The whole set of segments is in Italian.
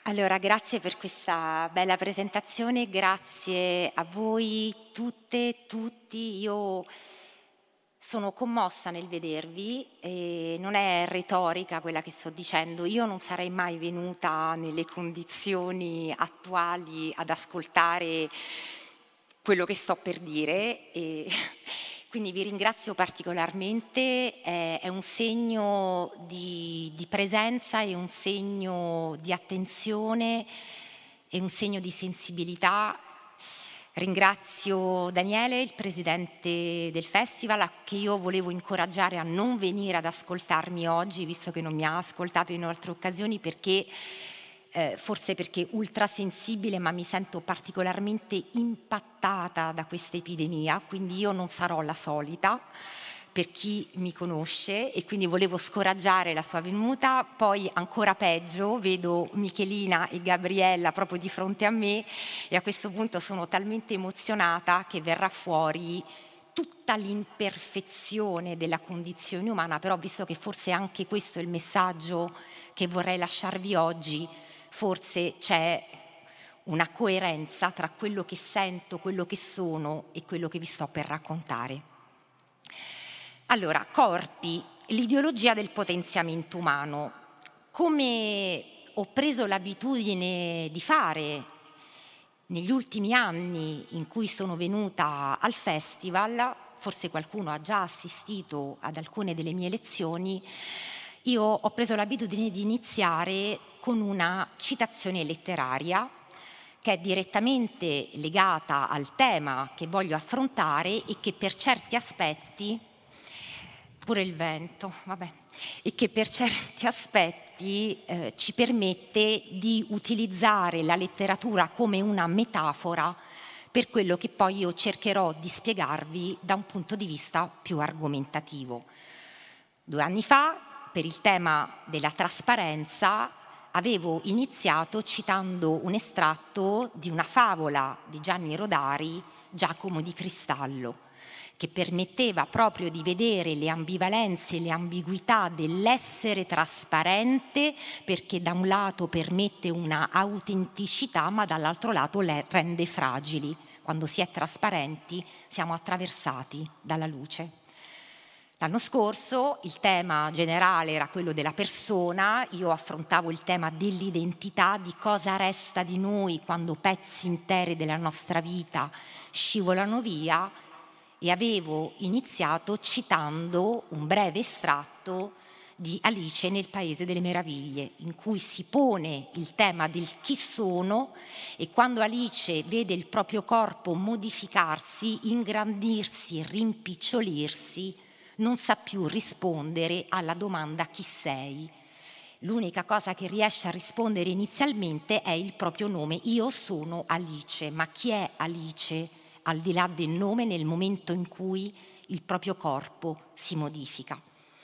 Allora, grazie per questa bella presentazione, grazie a voi tutte, tutti. Io sono commossa nel vedervi e non è retorica quella che sto dicendo. Io non sarei mai venuta nelle condizioni attuali ad ascoltare quello che sto per dire e quindi vi ringrazio particolarmente, è un segno di presenza, è un segno di attenzione, è un segno di sensibilità. Ringrazio Daniele, il presidente del festival, che io volevo incoraggiare a non venire ad ascoltarmi oggi, visto che non mi ha ascoltato in altre occasioni, perché forse perché ultrasensibile, ma mi sento particolarmente impattata da questa epidemia, quindi io non sarò la solita per chi mi conosce e quindi volevo scoraggiare la sua venuta. Poi ancora peggio, vedo Michelina e Gabriella proprio di fronte a me e a questo punto sono talmente emozionata che verrà fuori tutta l'imperfezione della condizione umana, però visto che forse anche questo è il messaggio che vorrei lasciarvi oggi, forse c'è una coerenza tra quello che sento, quello che sono e quello che vi sto per raccontare. Allora, corpi, l'ideologia del potenziamento umano. Come ho preso l'abitudine di fare negli ultimi anni in cui sono venuta al festival, forse qualcuno ha già assistito ad alcune delle mie lezioni, io ho preso l'abitudine di iniziare con una citazione letteraria che è direttamente legata al tema che voglio affrontare e che per certi aspetti, pure il vento, vabbè, e che per certi aspetti ci permette di utilizzare la letteratura come una metafora per quello che poi io cercherò di spiegarvi da un punto di vista più argomentativo. 2 anni fa, per il tema della trasparenza, avevo iniziato citando un estratto di una favola di Gianni Rodari, Giacomo di Cristallo, che permetteva proprio di vedere le ambivalenze e le ambiguità dell'essere trasparente, perché da un lato permette una autenticità, ma dall'altro lato le rende fragili. Quando si è trasparenti siamo attraversati dalla luce. L'anno scorso il tema generale era quello della persona, io affrontavo il tema dell'identità, di cosa resta di noi quando pezzi interi della nostra vita scivolano via, e avevo iniziato citando un breve estratto di Alice nel Paese delle Meraviglie, in cui si pone il tema del chi sono, e quando Alice vede il proprio corpo modificarsi, ingrandirsi, rimpicciolirsi, non sa più rispondere alla domanda chi sei. L'unica cosa che riesce a rispondere inizialmente è il proprio nome. Io sono Alice, ma chi è Alice al di là del nome nel momento in cui il proprio corpo si modifica?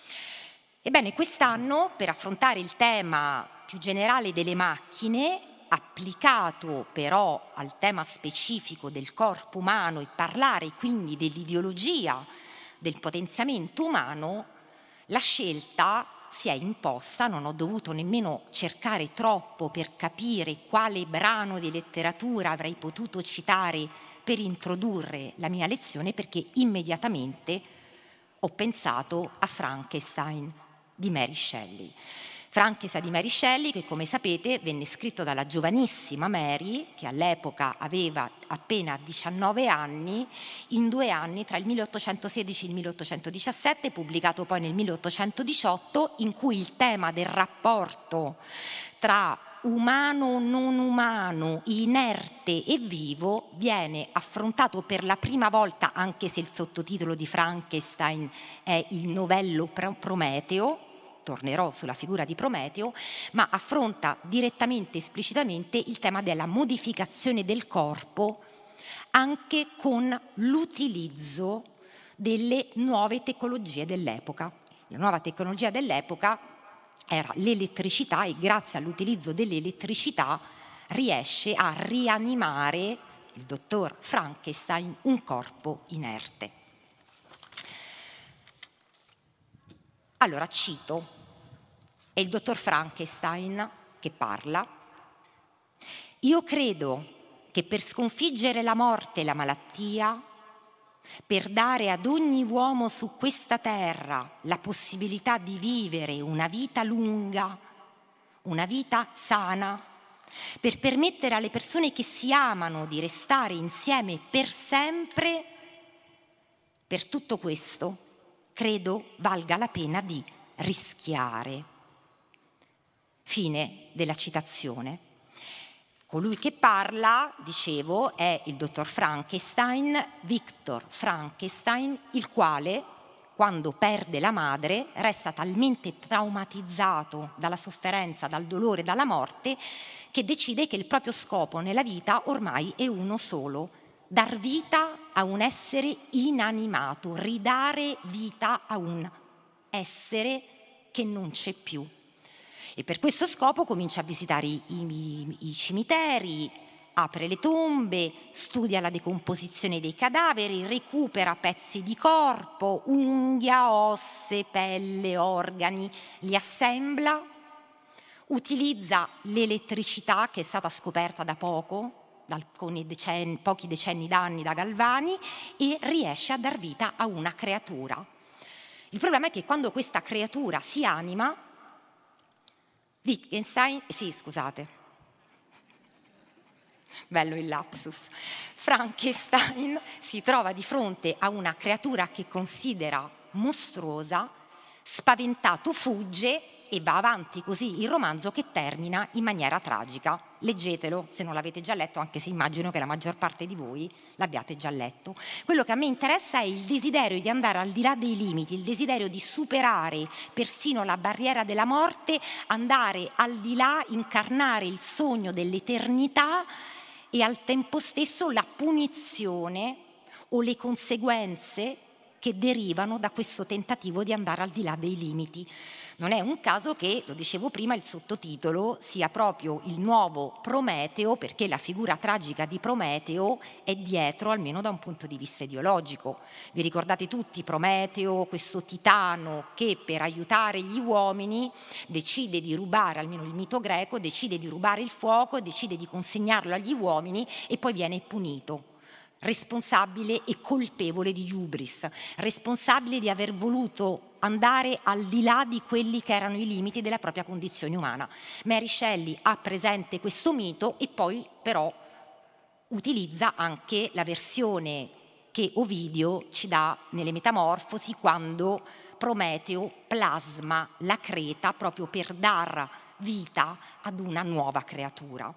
Ebbene, quest'anno, per affrontare il tema più generale delle macchine, applicato però al tema specifico del corpo umano, e parlare quindi dell'ideologia del potenziamento umano, la scelta si è imposta, non ho dovuto nemmeno cercare troppo per capire quale brano di letteratura avrei potuto citare per introdurre la mia lezione, perché immediatamente ho pensato a Frankenstein di Mary Shelley. Frankenstein di Mary Shelley, che come sapete venne scritto dalla giovanissima Mary, che all'epoca aveva appena 19 anni, in 2 anni, tra il 1816 e il 1817, pubblicato poi nel 1818, in cui il tema del rapporto tra umano, non umano, inerte e vivo viene affrontato per la prima volta, anche se il sottotitolo di Frankenstein è il novello Prometeo. Tornerò sulla figura di Prometeo, ma affronta direttamente, esplicitamente il tema della modificazione del corpo anche con l'utilizzo delle nuove tecnologie dell'epoca. La nuova tecnologia dell'epoca era l'elettricità, e grazie all'utilizzo dell'elettricità riesce a rianimare il dottor Frankenstein un corpo inerte. Allora cito, è il dottor Frankenstein che parla, Io credo che per sconfiggere la morte e la malattia, per dare ad ogni uomo su questa terra la possibilità di vivere una vita lunga, una vita sana, per permettere alle persone che si amano di restare insieme per sempre, per tutto questo credo valga la pena di rischiare. Fine della citazione. Colui che parla, dicevo, è il dottor Frankenstein, Victor Frankenstein, il quale, quando perde la madre, resta talmente traumatizzato dalla sofferenza, dal dolore, dalla morte, che decide che il proprio scopo nella vita ormai è uno solo: dar vita a un essere inanimato, ridare vita a un essere che non c'è più. E per questo scopo comincia a visitare i cimiteri, apre le tombe, studia la decomposizione dei cadaveri, recupera pezzi di corpo, unghia, osse, pelle, organi, li assembla, utilizza l'elettricità che è stata scoperta da poco, da alcuni decenni, pochi decenni d'anni da Galvani, e riesce a dar vita a una creatura. Il problema è che quando questa creatura si anima, bello il lapsus, Frankenstein si trova di fronte a una creatura che considera mostruosa, spaventato fugge e va avanti così il romanzo, che termina in maniera tragica. Leggetelo se non l'avete già letto, anche se immagino che la maggior parte di voi l'abbiate già letto. Quello che a me interessa è il desiderio di andare al di là dei limiti, il desiderio di superare persino la barriera della morte, andare al di là, incarnare il sogno dell'eternità e al tempo stesso la punizione o le conseguenze che derivano da questo tentativo di andare al di là dei limiti. Non è un caso che, lo dicevo prima, il sottotitolo sia proprio il nuovo Prometeo, perché la figura tragica di Prometeo è dietro, almeno da un punto di vista ideologico. Vi ricordate tutti Prometeo, questo titano che per aiutare gli uomini decide di rubare, almeno il mito greco, decide di rubare il fuoco, decide di consegnarlo agli uomini e poi viene punito. Responsabile e colpevole di hubris, responsabile di aver voluto andare al di là di quelli che erano i limiti della propria condizione umana. Mary Shelley ha presente questo mito e poi però utilizza anche la versione che Ovidio ci dà nelle Metamorfosi, quando Prometeo plasma la creta proprio per dar vita ad una nuova creatura.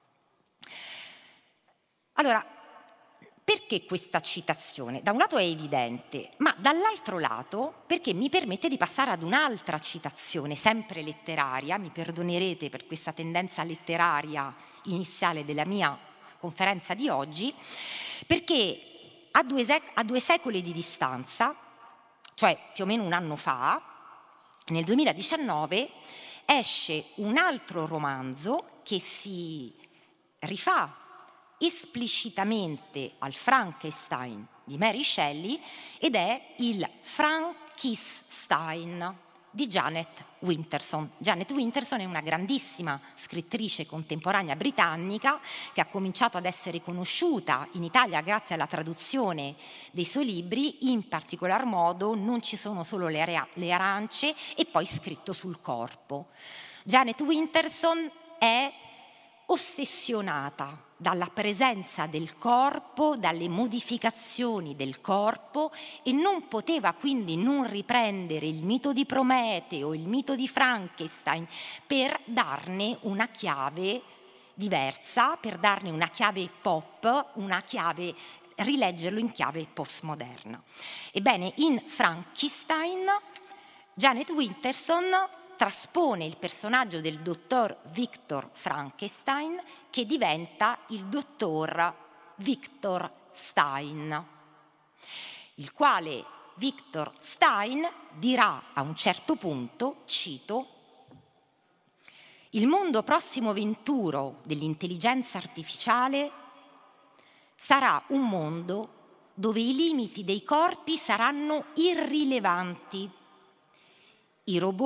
Allora, perché questa citazione? Da un lato è evidente, ma dall'altro lato perché mi permette di passare ad un'altra citazione, sempre letteraria, mi perdonerete per questa tendenza letteraria iniziale della mia conferenza di oggi, perché a due secoli di distanza, cioè più o meno un anno fa, nel 2019, esce un altro romanzo che si rifà esplicitamente al Frankenstein di Mary Shelley ed è il Frankenstein di Janet Winterson. Janet Winterson è una grandissima scrittrice contemporanea britannica che ha cominciato ad essere conosciuta in Italia grazie alla traduzione dei suoi libri, in particolar modo Non ci sono solo le arance e poi Scritto sul corpo. Janet Winterson è ossessionata dalla presenza del corpo, dalle modificazioni del corpo, e non poteva quindi non riprendere il mito di Prometeo, il mito di Frankenstein, per darne una chiave diversa, per darne una chiave pop, una chiave, rileggerlo in chiave postmoderna. Ebbene, in Frankenstein Janet Winterson traspone il personaggio del dottor Victor Frankenstein, che diventa il dottor Victor Stein, il quale Victor Stein dirà a un certo punto, cito: «Il mondo prossimo venturo dell'intelligenza artificiale sarà un mondo dove i limiti dei corpi saranno irrilevanti. I robot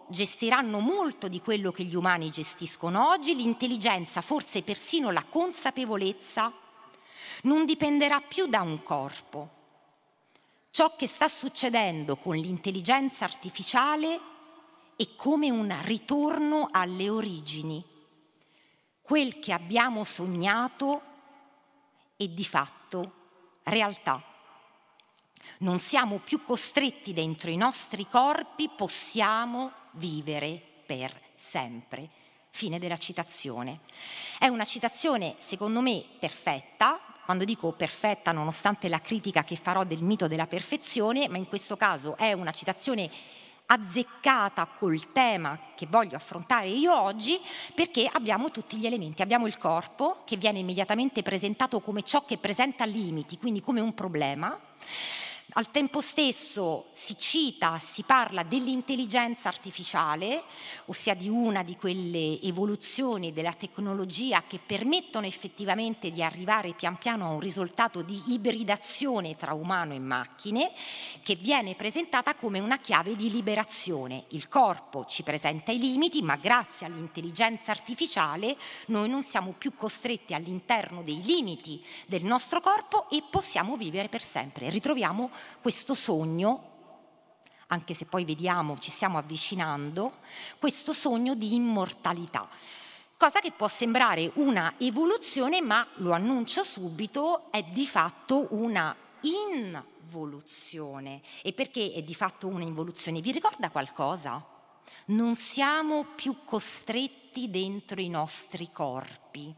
gestiranno molto di quello che gli umani gestiscono oggi, l'intelligenza, forse persino la consapevolezza, non dipenderà più da un corpo. Ciò che sta succedendo con l'intelligenza artificiale è come un ritorno alle origini. Quel che abbiamo sognato è di fatto realtà. Non siamo più costretti dentro i nostri corpi, possiamo vivere per sempre. Fine della citazione. È una citazione, secondo me, perfetta. Quando dico perfetta, nonostante la critica che farò del mito della perfezione, ma in questo caso è una citazione azzeccata col tema che voglio affrontare io oggi, perché abbiamo tutti gli elementi. Abbiamo il corpo, che viene immediatamente presentato come ciò che presenta limiti, quindi come un problema. Al tempo stesso si parla dell'intelligenza artificiale, ossia di una di quelle evoluzioni della tecnologia che permettono effettivamente di arrivare pian piano a un risultato di ibridazione tra umano e macchine, che viene presentata come una chiave di liberazione. Il corpo ci presenta i limiti, ma grazie all'intelligenza artificiale noi non siamo più costretti all'interno dei limiti del nostro corpo e possiamo vivere per sempre. Ritroviamo questo sogno, anche se poi vediamo ci stiamo avvicinando, questo sogno di immortalità, cosa che può sembrare una evoluzione, ma lo annuncio subito, è di fatto una involuzione. E perché è di fatto una involuzione? Vi ricorda qualcosa? Non siamo più costretti dentro i nostri corpi.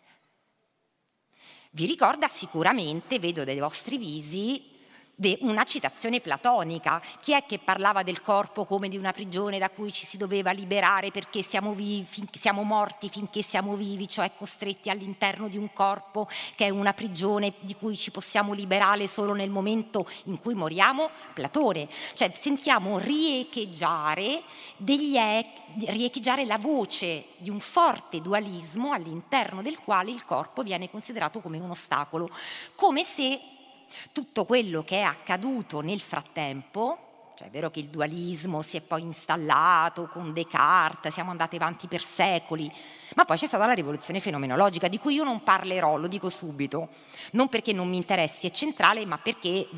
Vi ricorda sicuramente, vedo dai vostri visi, una citazione platonica. Chi è che parlava del corpo come di una prigione da cui ci si doveva liberare perché siamo morti finché siamo vivi, cioè costretti all'interno di un corpo che è una prigione di cui ci possiamo liberare solo nel momento in cui moriamo? Platone. Cioè sentiamo riecheggiare la voce di un forte dualismo all'interno del quale il corpo viene considerato come un ostacolo, come se tutto quello che è accaduto nel frattempo, cioè è vero che il dualismo si è poi installato con Descartes, siamo andati avanti per secoli, ma poi c'è stata la rivoluzione fenomenologica, di cui io non parlerò, lo dico subito, non perché non mi interessi, è centrale, ma perché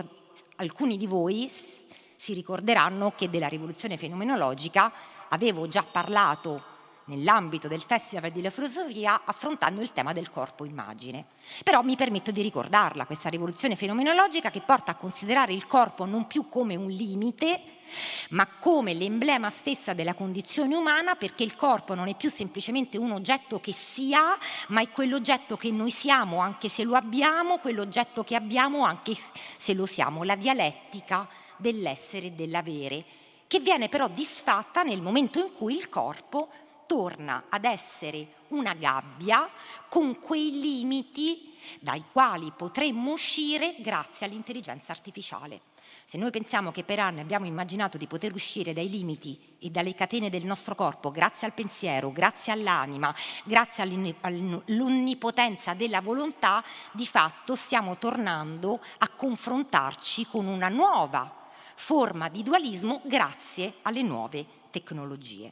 alcuni di voi si ricorderanno che della rivoluzione fenomenologica avevo già parlato nell'ambito del Festival della Filosofia, affrontando il tema del corpo-immagine. Però mi permetto di ricordarla, questa rivoluzione fenomenologica che porta a considerare il corpo non più come un limite, ma come l'emblema stessa della condizione umana, perché il corpo non è più semplicemente un oggetto che si ha, ma è quell'oggetto che noi siamo anche se lo abbiamo, quell'oggetto che abbiamo anche se lo siamo, la dialettica dell'essere e dell'avere, che viene però disfatta nel momento in cui il corpo torna ad essere una gabbia con quei limiti dai quali potremmo uscire grazie all'intelligenza artificiale. Se noi pensiamo che per anni abbiamo immaginato di poter uscire dai limiti e dalle catene del nostro corpo grazie al pensiero, grazie all'anima, grazie all'onnipotenza della volontà, di fatto stiamo tornando a confrontarci con una nuova forma di dualismo grazie alle nuove tecnologie.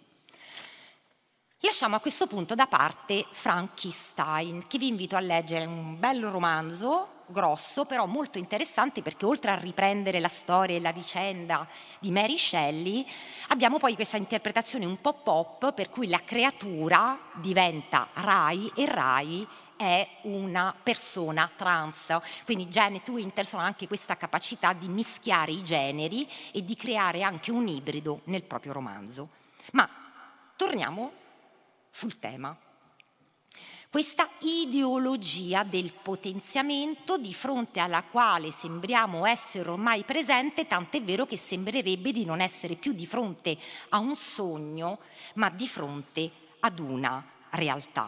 Lasciamo a questo punto da parte Frankenstein, che vi invito a leggere, un bel romanzo, grosso, però molto interessante, perché oltre a riprendere la storia e la vicenda di Mary Shelley, abbiamo poi questa interpretazione un po' pop, per cui la creatura diventa Rai e Rai è una persona trans. Quindi Janet Winterson ha anche questa capacità di mischiare i generi e di creare anche un ibrido nel proprio romanzo. Ma torniamo sul tema. Questa ideologia del potenziamento di fronte alla quale sembriamo essere ormai presente, tant'è vero che sembrerebbe di non essere più di fronte a un sogno, ma di fronte ad una realtà.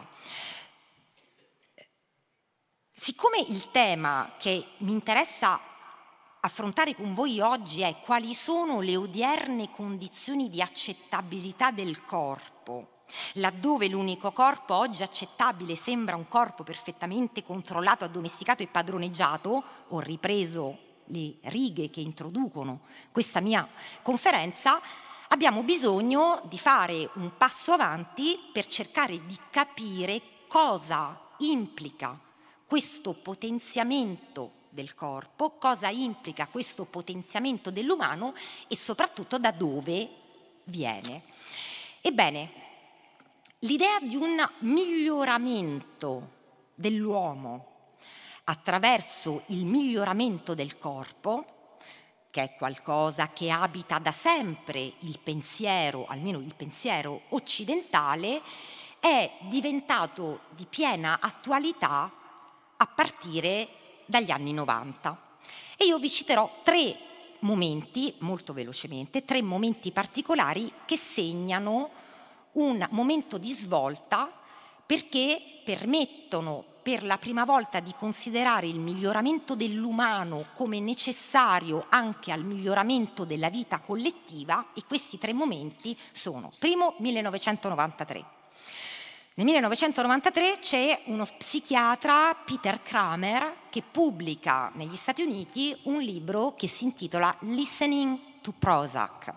Siccome il tema che mi interessa affrontare con voi oggi è quali sono le odierne condizioni di accettabilità del corpo, laddove l'unico corpo oggi accettabile sembra un corpo perfettamente controllato, addomesticato e padroneggiato, ho ripreso le righe che introducono questa mia conferenza, abbiamo bisogno di fare un passo avanti per cercare di capire cosa implica questo potenziamento del corpo, cosa implica questo potenziamento dell'umano e soprattutto da dove viene. Ebbene, l'idea di un miglioramento dell'uomo attraverso il miglioramento del corpo, che è qualcosa che abita da sempre il pensiero, almeno il pensiero occidentale, è diventato di piena attualità a partire dagli anni 90. E io vi citerò 3 momenti, molto velocemente, 3 momenti particolari che segnano un momento di svolta perché permettono per la prima volta di considerare il miglioramento dell'umano come necessario anche al miglioramento della vita collettiva, e questi 3 momenti sono: primo, 1993. Nel 1993 c'è uno psichiatra, Peter Kramer, che pubblica negli Stati Uniti un libro che si intitola Listening to Prozac,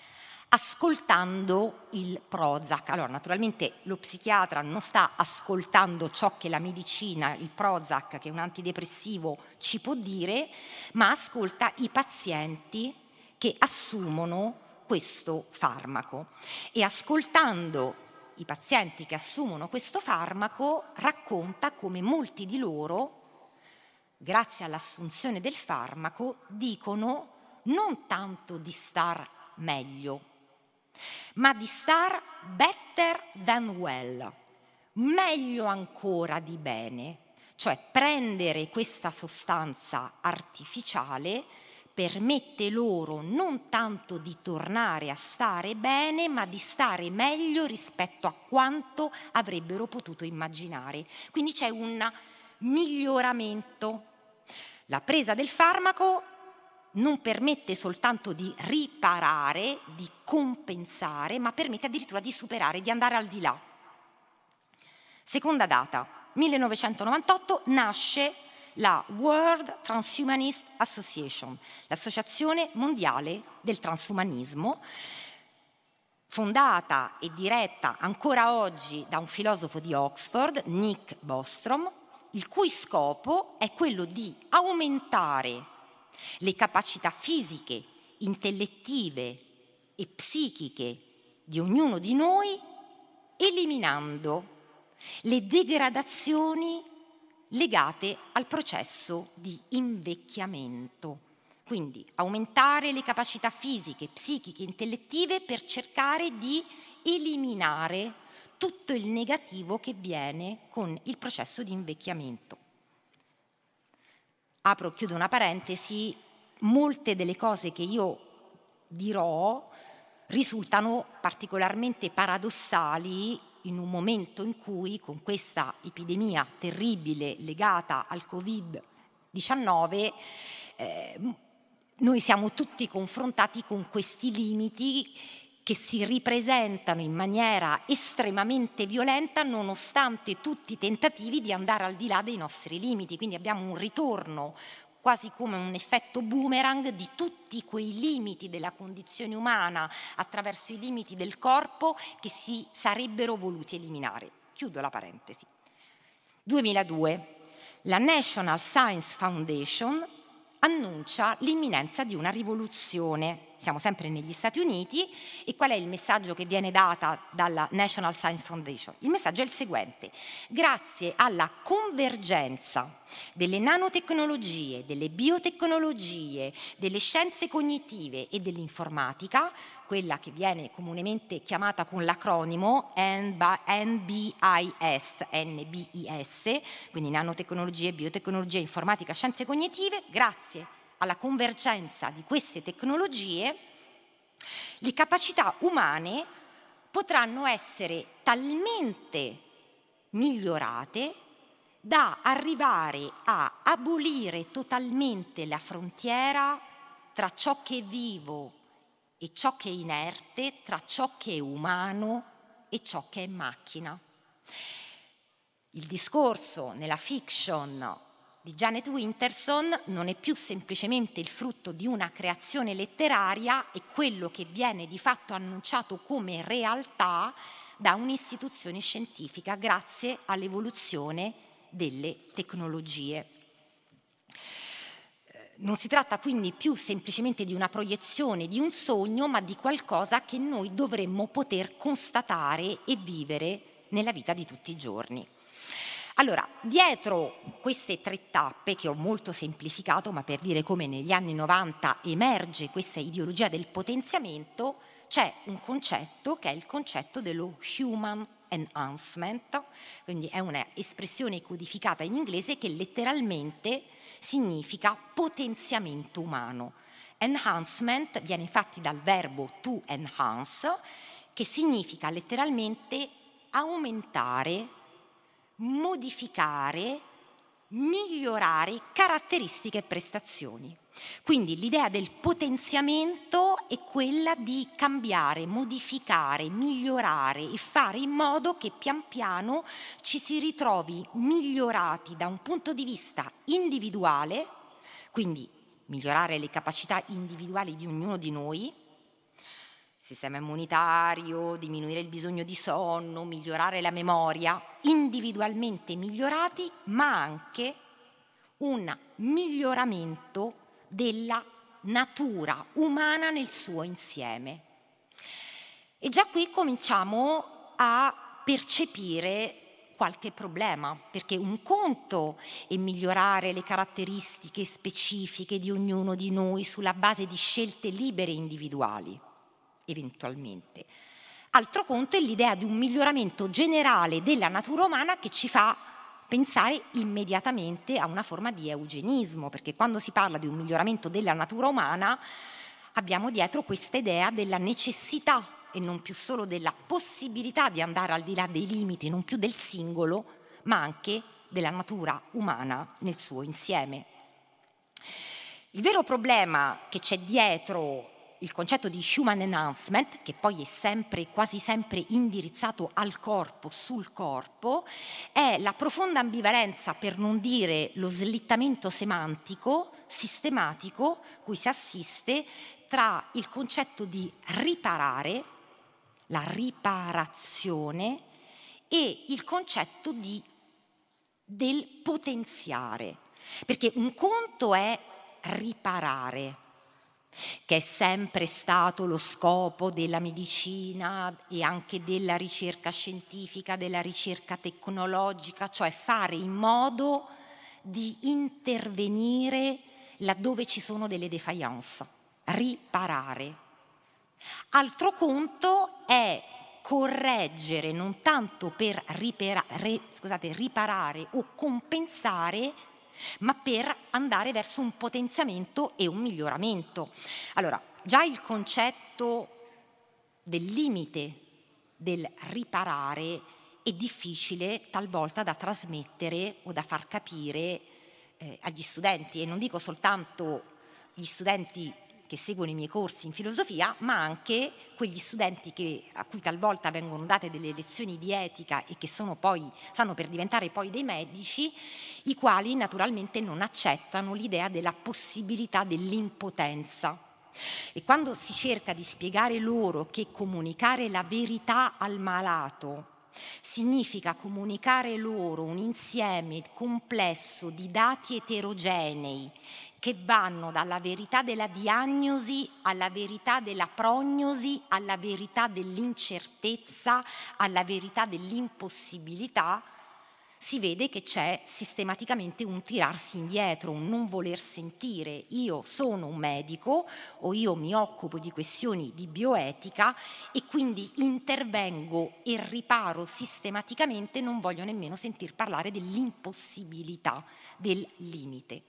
ascoltando il Prozac. Allora, naturalmente lo psichiatra non sta ascoltando ciò che la medicina, il Prozac, che è un antidepressivo, ci può dire, ma ascolta i pazienti che assumono questo farmaco. E ascoltando i pazienti che assumono questo farmaco racconta come molti di loro, grazie all'assunzione del farmaco, dicono non tanto di star meglio, ma di star better than well, meglio ancora di bene, cioè prendere questa sostanza artificiale permette loro non tanto di tornare a stare bene, ma di stare meglio rispetto a quanto avrebbero potuto immaginare. Quindi c'è un miglioramento. La presa del farmaco non permette soltanto di riparare, di compensare, ma permette addirittura di superare, di andare al di là. Seconda data, 1998 nasce la World Transhumanist Association, l'associazione mondiale del transumanismo, fondata e diretta ancora oggi da un filosofo di Oxford, Nick Bostrom, il cui scopo è quello di aumentare le capacità fisiche, intellettive e psichiche di ognuno di noi, eliminando le degradazioni legate al processo di invecchiamento. Quindi aumentare le capacità fisiche, psichiche, intellettive per cercare di eliminare tutto il negativo che viene con il processo di invecchiamento. Apro, chiudo una parentesi, molte delle cose che io dirò risultano particolarmente paradossali in un momento in cui, con questa epidemia terribile legata al Covid-19, noi siamo tutti confrontati con questi limiti che si ripresentano in maniera estremamente violenta nonostante tutti i tentativi di andare al di là dei nostri limiti. Quindi abbiamo un ritorno, quasi come un effetto boomerang, di tutti quei limiti della condizione umana attraverso i limiti del corpo che si sarebbero voluti eliminare. Chiudo la parentesi. 2002. La National Science Foundation annuncia l'imminenza di una rivoluzione. Siamo sempre negli Stati Uniti e qual è il messaggio che viene data dalla National Science Foundation? Il messaggio è il seguente: grazie alla convergenza delle nanotecnologie, delle biotecnologie, delle scienze cognitive e dell'informatica, quella che viene comunemente chiamata con l'acronimo NBIS, quindi nanotecnologie, biotecnologie, informatica, scienze cognitive, grazie alla convergenza di queste tecnologie, le capacità umane potranno essere talmente migliorate da arrivare a abolire totalmente la frontiera tra ciò che è vivo e ciò che è inerte, tra ciò che è umano e ciò che è macchina. Il discorso nella fiction di Janet Winterson non è più semplicemente il frutto di una creazione letteraria, è quello che viene di fatto annunciato come realtà da un'istituzione scientifica grazie all'evoluzione delle tecnologie. Non si tratta quindi più semplicemente di una proiezione di un sogno, ma di qualcosa che noi dovremmo poter constatare e vivere nella vita di tutti i giorni. Allora, dietro queste 3 tappe, che ho molto semplificato, ma per dire come negli anni 90 emerge questa ideologia del potenziamento, c'è un concetto che è il concetto dello human enhancement, quindi è un'espressione codificata in inglese che letteralmente significa potenziamento umano. Enhancement viene infatti dal verbo to enhance, che significa letteralmente aumentare, modificare, migliorare caratteristiche e prestazioni. Quindi l'idea del potenziamento è quella di cambiare, modificare, migliorare e fare in modo che pian piano ci si ritrovi migliorati da un punto di vista individuale, quindi migliorare le capacità individuali di ognuno di noi, sistema immunitario, diminuire il bisogno di sonno, migliorare la memoria, individualmente migliorati, ma anche un miglioramento della natura umana nel suo insieme. E già qui cominciamo a percepire qualche problema, perché un conto è migliorare le caratteristiche specifiche di ognuno di noi sulla base di scelte libere e individuali, eventualmente. Altro conto è l'idea di un miglioramento generale della natura umana che ci fa pensare immediatamente a una forma di eugenismo, perché quando si parla di un miglioramento della natura umana abbiamo dietro questa idea della necessità e non più solo della possibilità di andare al di là dei limiti, non più del singolo, ma anche della natura umana nel suo insieme. Il vero problema che c'è dietro il concetto di human enhancement, che poi è quasi sempre indirizzato al corpo, sul corpo, è la profonda ambivalenza, per non dire lo slittamento semantico, sistematico, cui si assiste tra il concetto di riparare, la riparazione, e il concetto del potenziare. Perché un conto è riparare, che è sempre stato lo scopo della medicina e anche della ricerca scientifica, della ricerca tecnologica, cioè fare in modo di intervenire laddove ci sono delle défaillance, riparare. Altro conto è correggere non tanto per riparare o compensare, ma per andare verso un potenziamento e un miglioramento. Allora, già il concetto del limite del riparare è difficile talvolta da trasmettere o da far capire agli studenti, e non dico soltanto gli studenti che seguono i miei corsi in filosofia, ma anche quegli studenti a cui talvolta vengono date delle lezioni di etica e che stanno per diventare poi dei medici, i quali naturalmente non accettano l'idea della possibilità dell'impotenza. E quando si cerca di spiegare loro che comunicare la verità al malato significa comunicare loro un insieme complesso di dati eterogenei che vanno dalla verità della diagnosi alla verità della prognosi, alla verità dell'incertezza, alla verità dell'impossibilità, si vede che c'è sistematicamente un tirarsi indietro, un non voler sentire io sono un medico o io mi occupo di questioni di bioetica e quindi intervengo e riparo sistematicamente, non voglio nemmeno sentir parlare dell'impossibilità, del limite.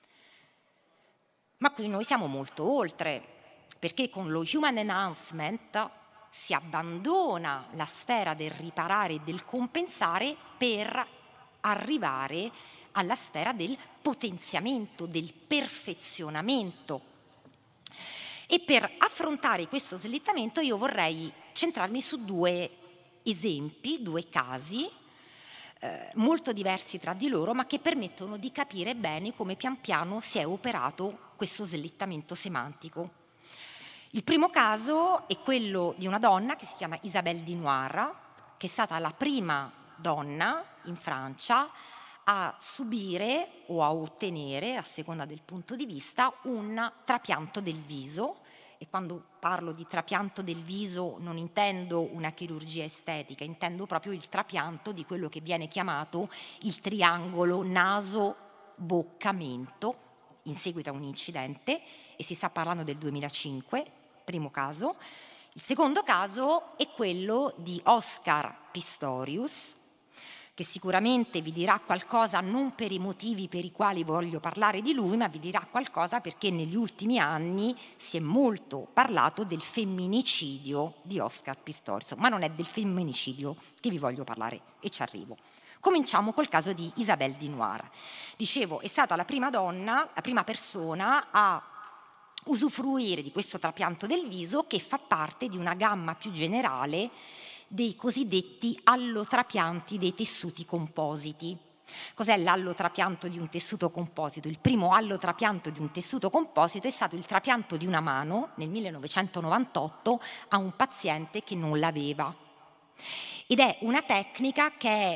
Ma qui noi siamo molto oltre, perché con lo human enhancement si abbandona la sfera del riparare e del compensare per arrivare alla sfera del potenziamento, del perfezionamento. E per affrontare questo slittamento io vorrei centrarmi su 2 esempi, 2 casi molto diversi tra di loro, ma che permettono di capire bene come pian piano si è operato questo slittamento semantico. Il primo caso è quello di una donna che si chiama Isabelle di Noir, che è stata la prima donna in Francia a subire o a ottenere, a seconda del punto di vista, un trapianto del viso. E quando parlo di trapianto del viso non intendo una chirurgia estetica, intendo proprio il trapianto di quello che viene chiamato il triangolo naso-bocca-mento in seguito a un incidente, e si sta parlando del 2005, primo caso. Il secondo caso è quello di Oscar Pistorius, che sicuramente vi dirà qualcosa non per i motivi per i quali voglio parlare di lui, ma vi dirà qualcosa perché negli ultimi anni si è molto parlato del femminicidio di Oscar Pistorius, ma non è del femminicidio che vi voglio parlare, e ci arrivo. Cominciamo col caso di Isabelle di Noir. Dicevo, è stata la prima donna, la prima persona a usufruire di questo trapianto del viso, che fa parte di una gamma più generale dei cosiddetti allotrapianti dei tessuti compositi. Cos'è l'allotrapianto di un tessuto composito? Il primo allotrapianto di un tessuto composito è stato il trapianto di una mano nel 1998 a un paziente che non l'aveva. Ed è una tecnica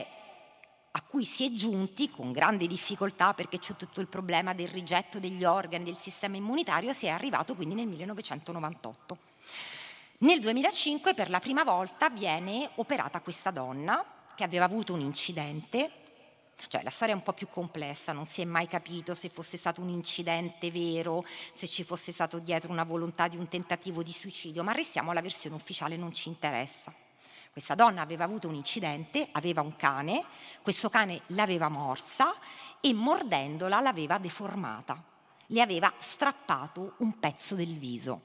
a cui si è giunti con grande difficoltà, perché c'è tutto il problema del rigetto degli organi, del sistema immunitario. Si è arrivato quindi nel 1998. Nel 2005 per la prima volta viene operata questa donna che aveva avuto un incidente. Cioè, la storia è un po' più complessa, non si è mai capito se fosse stato un incidente vero, se ci fosse stato dietro una volontà di un tentativo di suicidio, ma restiamo alla versione ufficiale, non ci interessa. Questa donna aveva avuto un incidente, aveva un cane, questo cane l'aveva morsa e mordendola l'aveva deformata, le aveva strappato un pezzo del viso.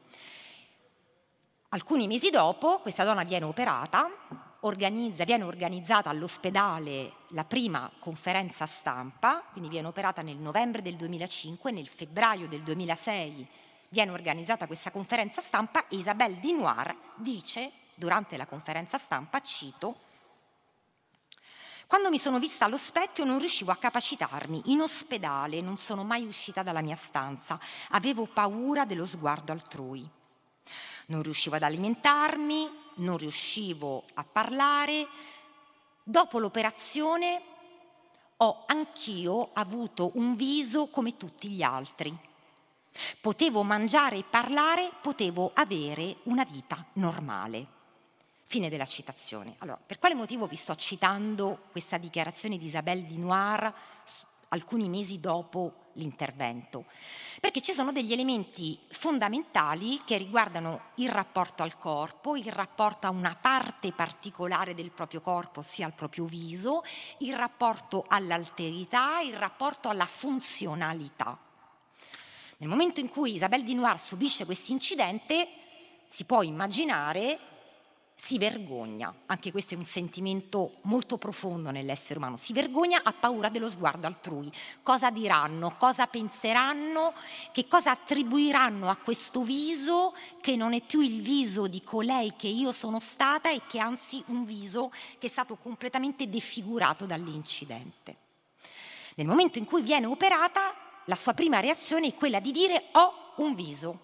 Alcuni mesi dopo questa donna viene operata, viene organizzata all'ospedale la prima conferenza stampa, quindi viene operata nel novembre del 2005, nel febbraio del 2006 viene organizzata questa conferenza stampa e Isabelle di Noir dice durante la conferenza stampa, cito: «Quando mi sono vista allo specchio non riuscivo a capacitarmi, in ospedale non sono mai uscita dalla mia stanza, avevo paura dello sguardo altrui. Non riuscivo ad alimentarmi, non riuscivo a parlare. Dopo l'operazione ho anch'io avuto un viso come tutti gli altri. Potevo mangiare e parlare, potevo avere una vita normale». Fine della citazione. Allora, per quale motivo vi sto citando questa dichiarazione di Isabelle di Noir alcuni mesi dopo l'intervento? Perché ci sono degli elementi fondamentali che riguardano il rapporto al corpo, il rapporto a una parte particolare del proprio corpo, ossia al proprio viso, il rapporto all'alterità, il rapporto alla funzionalità. Nel momento in cui Isabelle di Noir subisce questo incidente, si può immaginare, si vergogna. Anche questo è un sentimento molto profondo nell'essere umano. Si vergogna, ha paura dello sguardo altrui. Cosa diranno? Cosa penseranno? Che cosa attribuiranno a questo viso che non è più il viso di colei che io sono stata e che anzi un viso che è stato completamente defigurato dall'incidente. Nel momento in cui viene operata, la sua prima reazione è quella di dire: ho un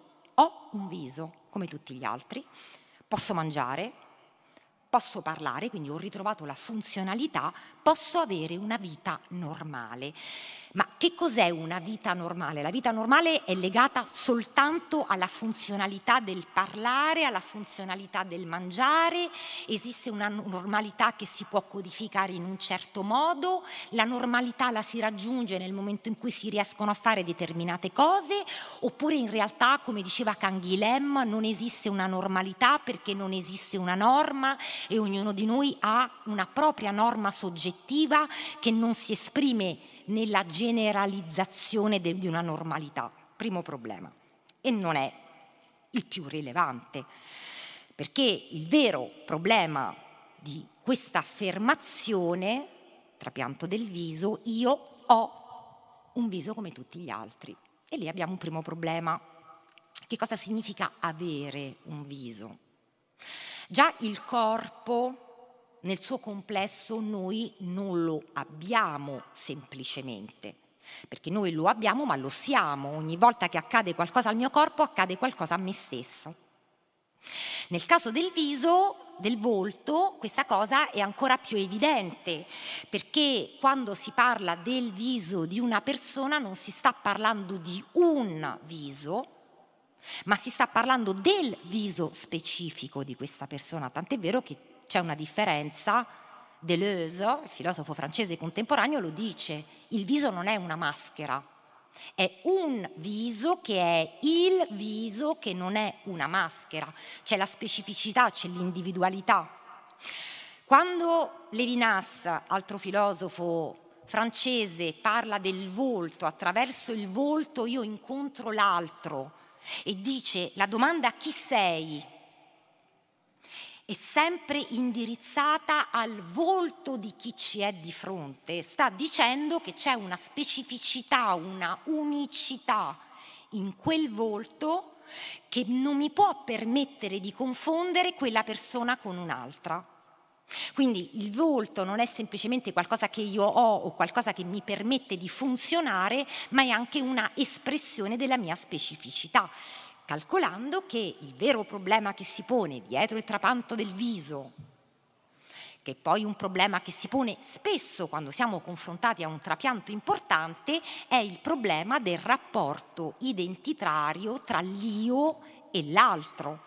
viso come tutti gli altri, posso mangiare, posso parlare, quindi ho ritrovato la funzionalità, posso avere una vita normale. Ma che cos'è una vita normale? La vita normale è legata soltanto alla funzionalità del parlare, alla funzionalità del mangiare. Esiste una normalità che si può codificare in un certo modo, la normalità la si raggiunge nel momento in cui si riescono a fare determinate cose, oppure in realtà, come diceva Canguilhem, non esiste una normalità perché non esiste una norma e ognuno di noi ha una propria norma soggettiva che non si esprime nella generalizzazione di una normalità. Primo problema. E non è il più rilevante, perché il vero problema di questa affermazione, trapianto del viso, io ho un viso come tutti gli altri. E lì abbiamo un primo problema. Che cosa significa avere un viso? Già il corpo nel suo complesso noi non lo abbiamo semplicemente, perché noi lo abbiamo ma lo siamo. Ogni volta che accade qualcosa al mio corpo accade qualcosa a me stesso. Nel caso del viso, del volto, questa cosa è ancora più evidente, perché quando si parla del viso di una persona non si sta parlando di un viso, ma si sta parlando del viso specifico di questa persona, tant'è vero che c'è una differenza. Deleuze, il filosofo francese contemporaneo, lo dice: il viso non è una maschera, è un viso che è il viso che non è una maschera, c'è la specificità, c'è l'individualità. Quando Lévinas, altro filosofo francese, parla del volto, attraverso il volto io incontro l'altro, e dice la domanda chi sei è sempre indirizzata al volto di chi ci è di fronte, sta dicendo che c'è una specificità, una unicità in quel volto che non mi può permettere di confondere quella persona con un'altra. Quindi il volto non è semplicemente qualcosa che io ho o qualcosa che mi permette di funzionare, ma è anche una espressione della mia specificità, calcolando che il vero problema che si pone dietro il trapianto del viso, che è poi un problema che si pone spesso quando siamo confrontati a un trapianto importante, è il problema del rapporto identitario tra l'io e l'altro.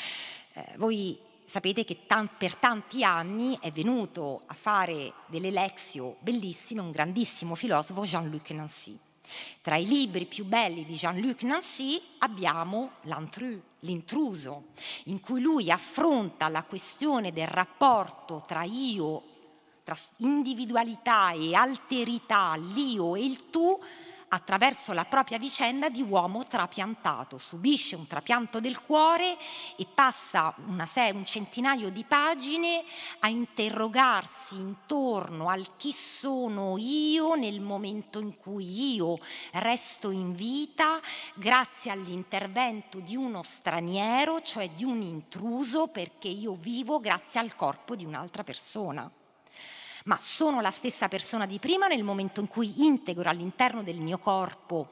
Voi sapete che per tanti anni è venuto a fare delle lezioni bellissime un grandissimo filosofo, Jean-Luc Nancy. Tra i libri più belli di Jean-Luc Nancy abbiamo l'intruso, in cui lui affronta la questione del rapporto tra io, tra individualità e alterità, l'io e il tu, attraverso la propria vicenda di uomo trapiantato. Subisce un trapianto del cuore e passa un centinaio di pagine a interrogarsi intorno al chi sono io nel momento in cui io resto in vita grazie all'intervento di uno straniero, cioè di un intruso, perché io vivo grazie al corpo di un'altra persona. Ma sono la stessa persona di prima nel momento in cui integro all'interno del mio corpo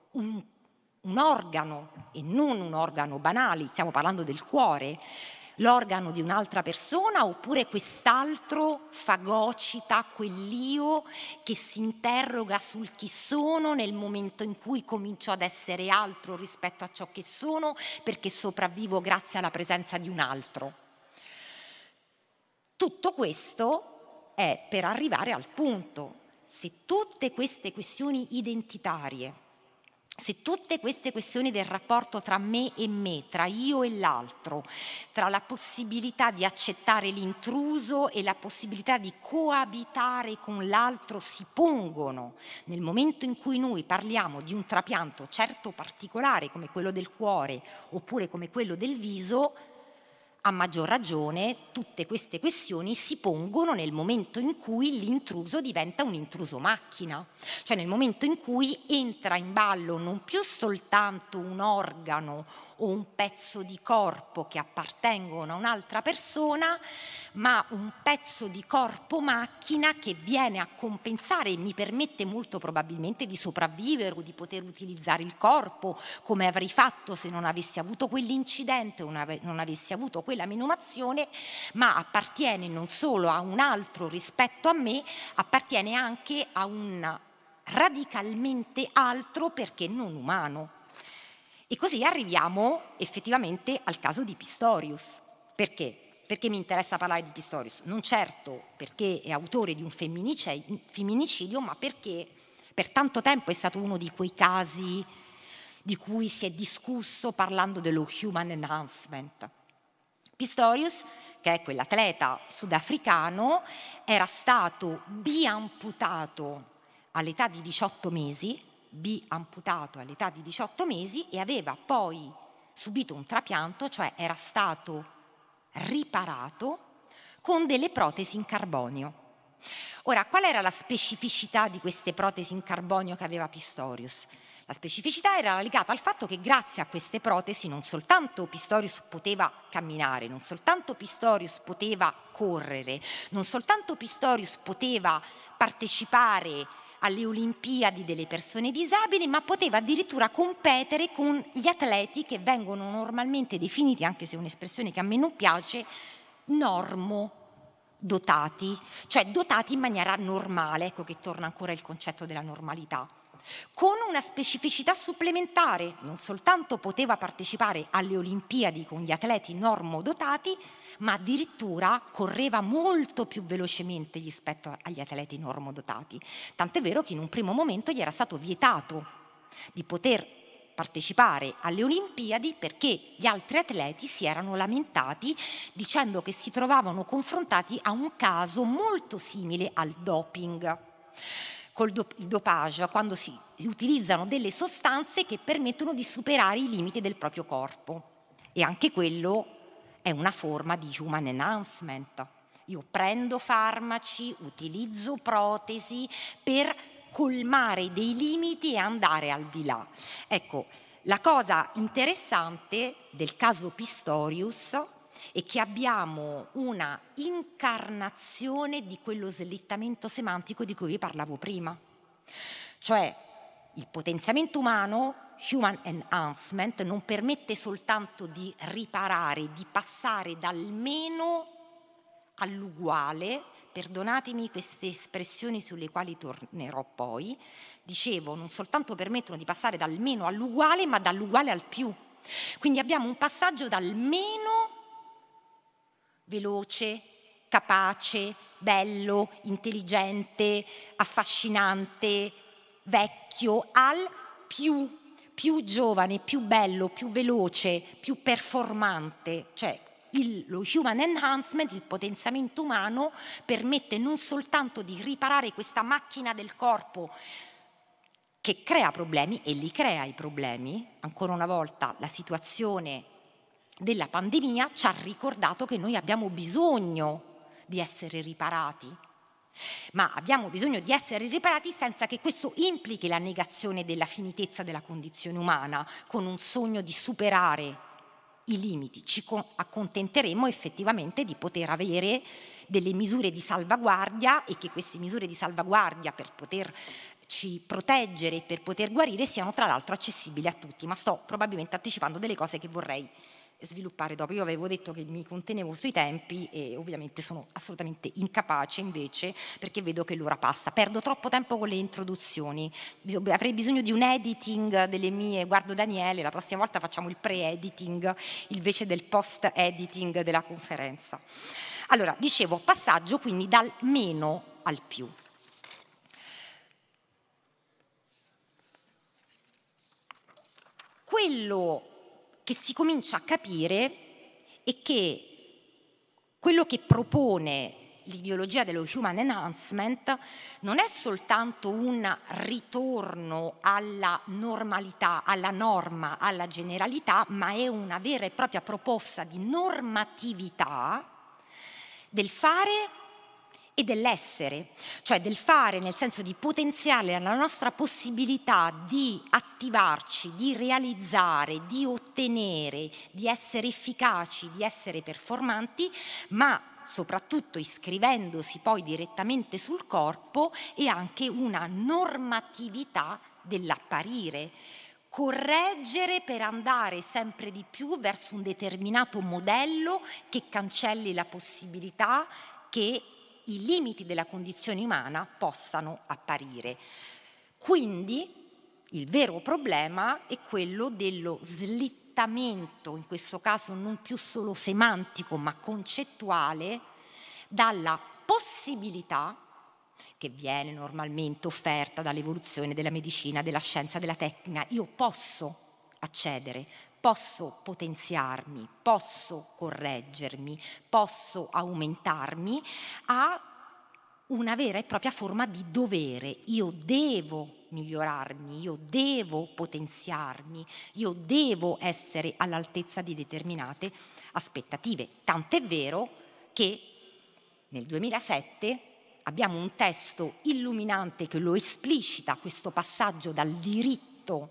un organo, e non un organo banale, stiamo parlando del cuore, l'organo di un'altra persona, oppure quest'altro fagocita quell'io che si interroga sul chi sono nel momento in cui comincio ad essere altro rispetto a ciò che sono, perché sopravvivo grazie alla presenza di un altro. Tutto questo è per arrivare al punto: se tutte queste questioni identitarie, se tutte queste questioni del rapporto tra me e me, tra io e l'altro, tra la possibilità di accettare l'intruso e la possibilità di coabitare con l'altro si pongono nel momento in cui noi parliamo di un trapianto certo particolare come quello del cuore oppure come quello del viso, a maggior ragione tutte queste questioni si pongono nel momento in cui l'intruso diventa un intruso macchina, cioè nel momento in cui entra in ballo non più soltanto un organo o un pezzo di corpo che appartengono a un'altra persona, ma un pezzo di corpo macchina che viene a compensare e mi permette molto probabilmente di sopravvivere o di poter utilizzare il corpo come avrei fatto se non avessi avuto quell'incidente o non avessi avuto quella menomazione, ma appartiene non solo a un altro rispetto a me, appartiene anche a un radicalmente altro perché non umano. E così arriviamo effettivamente al caso di Pistorius. Perché? Perché mi interessa parlare di Pistorius? Non certo perché è autore di un femminicidio, ma perché per tanto tempo è stato uno di quei casi di cui si è discusso parlando dello human enhancement. Pistorius, che è quell'atleta sudafricano, era stato biamputato all'età di 18 mesi, e aveva poi subito un trapianto, cioè era stato riparato con delle protesi in carbonio. Ora, qual era la specificità di queste protesi in carbonio che aveva Pistorius? La specificità era legata al fatto che grazie a queste protesi non soltanto Pistorius poteva camminare, non soltanto Pistorius poteva correre, non soltanto Pistorius poteva partecipare alle Olimpiadi delle persone disabili, ma poteva addirittura competere con gli atleti che vengono normalmente definiti, anche se è un'espressione che a me non piace, normodotati, cioè dotati in maniera normale, ecco che torna ancora il concetto della normalità. Con una specificità supplementare, non soltanto poteva partecipare alle Olimpiadi con gli atleti normodotati, ma addirittura correva molto più velocemente rispetto agli atleti normodotati. Tant'è vero che in un primo momento gli era stato vietato di poter partecipare alle Olimpiadi perché gli altri atleti si erano lamentati dicendo che si trovavano confrontati a un caso molto simile al doping. Il dopage, quando si utilizzano delle sostanze che permettono di superare i limiti del proprio corpo. E anche quello è una forma di human enhancement. Io prendo farmaci, utilizzo protesi per colmare dei limiti e andare al di là. Ecco, la cosa interessante del caso Pistorius è che abbiamo una incarnazione di quello slittamento semantico di cui vi parlavo prima. Cioè, il potenziamento umano, human enhancement, non permette soltanto di riparare, di passare dal meno all'uguale. Perdonatemi queste espressioni sulle quali tornerò poi. Dicevo, non soltanto permettono di passare dal meno all'uguale, ma dall'uguale al più. Quindi abbiamo un passaggio dal meno veloce, capace, bello, intelligente, affascinante, vecchio, al più giovane, più bello, più veloce, più performante. Cioè lo human enhancement, il potenziamento umano, permette non soltanto di riparare questa macchina del corpo che crea problemi, e li crea i problemi. Ancora una volta la situazione della pandemia ci ha ricordato che noi abbiamo bisogno di essere riparati, ma abbiamo bisogno di essere riparati senza che questo implichi la negazione della finitezza della condizione umana, con un sogno di superare i limiti. Ci accontenteremo effettivamente di poter avere delle misure di salvaguardia e che queste misure di salvaguardia, per poterci proteggere e per poter guarire, siano tra l'altro accessibili a tutti. Ma sto probabilmente anticipando delle cose che vorrei sviluppare dopo. Io avevo detto che mi contenevo sui tempi e ovviamente sono assolutamente incapace invece, perché vedo che l'ora passa, perdo troppo tempo con le introduzioni, avrei bisogno di un editing delle mie. Guardo Daniele, la prossima volta facciamo il pre-editing invece del post-editing della conferenza. Allora, dicevo, passaggio quindi dal meno al più. Quello che si comincia a capire è che quello che propone l'ideologia dello human enhancement non è soltanto un ritorno alla normalità, alla norma, alla generalità, ma è una vera e propria proposta di normatività del fare e dell'essere, cioè del fare nel senso di potenziare la nostra possibilità di attivarci, di realizzare, di ottenere, di essere efficaci, di essere performanti, ma soprattutto iscrivendosi poi direttamente sul corpo, e anche una normatività dell'apparire. Correggere per andare sempre di più verso un determinato modello che cancelli la possibilità che i limiti della condizione umana possano apparire. Quindi il vero problema è quello dello slittamento, in questo caso non più solo semantico ma concettuale, dalla possibilità che viene normalmente offerta dall'evoluzione della medicina, della scienza, della tecnica. Io posso accedere, posso potenziarmi, posso correggermi, posso aumentarmi, a una vera e propria forma di dovere. Io devo migliorarmi, io devo potenziarmi, io devo essere all'altezza di determinate aspettative. Tant'è vero che nel 2007 abbiamo un testo illuminante che lo esplicita, questo passaggio dal diritto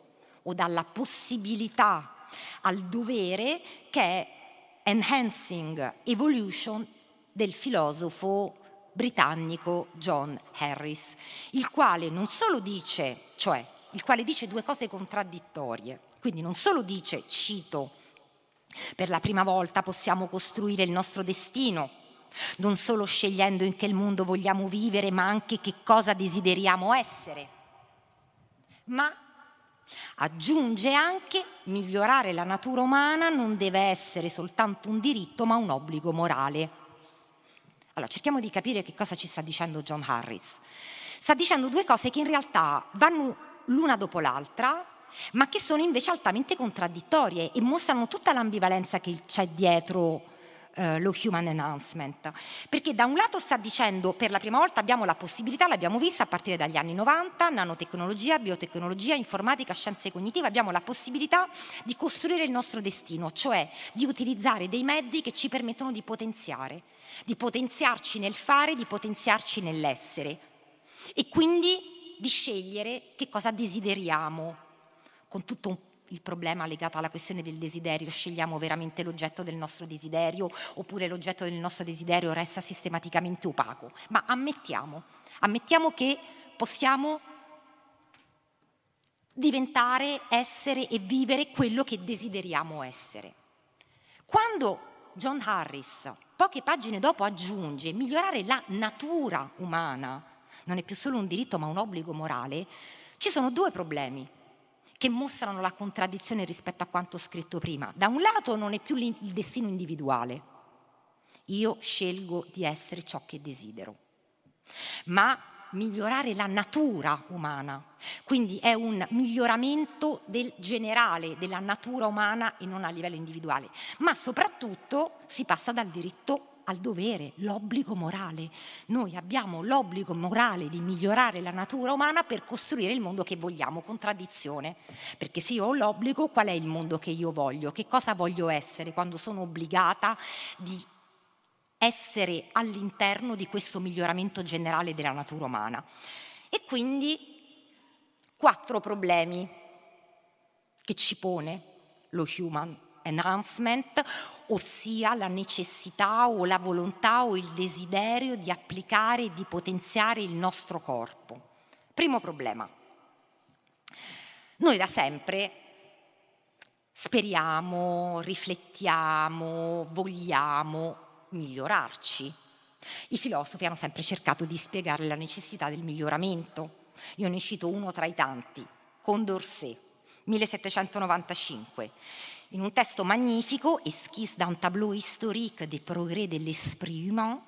o dalla possibilità al dovere, che è Enhancing Evolution del filosofo britannico John Harris, il quale non solo dice, cioè il quale dice due cose contraddittorie, quindi non solo dice, cito, per la prima volta possiamo costruire il nostro destino, non solo scegliendo in che mondo vogliamo vivere, ma anche che cosa desideriamo essere, ma aggiunge anche: migliorare la natura umana non deve essere soltanto un diritto, ma un obbligo morale. Allora, cerchiamo di capire che cosa ci sta dicendo John Harris. Sta dicendo due cose che in realtà vanno l'una dopo l'altra, ma che sono invece altamente contraddittorie e mostrano tutta l'ambivalenza che c'è dietro lo human enhancement, perché da un lato sta dicendo: per la prima volta abbiamo la possibilità, l'abbiamo vista a partire dagli anni 90, nanotecnologia, biotecnologia, informatica, scienze cognitive, abbiamo la possibilità di costruire il nostro destino, cioè di utilizzare dei mezzi che ci permettono di potenziarci nel fare, di potenziarci nell'essere, e quindi di scegliere che cosa desideriamo, con tutto il problema legato alla questione del desiderio. Scegliamo veramente l'oggetto del nostro desiderio, oppure l'oggetto del nostro desiderio resta sistematicamente opaco? Ma ammettiamo che possiamo diventare, essere e vivere quello che desideriamo essere. Quando John Harris, poche pagine dopo, aggiunge: migliorare la natura umana non è più solo un diritto ma un obbligo morale, ci sono due problemi che mostrano la contraddizione rispetto a quanto scritto prima. Da un lato non è più il destino individuale, io scelgo di essere ciò che desidero, ma migliorare la natura umana, quindi è un miglioramento del generale della natura umana e non a livello individuale, ma soprattutto si passa dal diritto al dovere, l'obbligo morale. Noi abbiamo l'obbligo morale di migliorare la natura umana per costruire il mondo che vogliamo. Contraddizione, perché se io ho l'obbligo, qual è il mondo che io voglio? Che cosa voglio essere quando sono obbligata di essere all'interno di questo miglioramento generale della natura umana? E quindi 4 problemi che ci pone lo human enhancement, ossia la necessità o la volontà o il desiderio di applicare e di potenziare il nostro corpo. Primo problema: noi da sempre speriamo, riflettiamo, vogliamo migliorarci. I filosofi hanno sempre cercato di spiegare la necessità del miglioramento. Io ne cito uno tra i tanti: Condorcet, 1795, in un testo magnifico, Esquisse d'un tableau historique des progrès de l'esprit humain,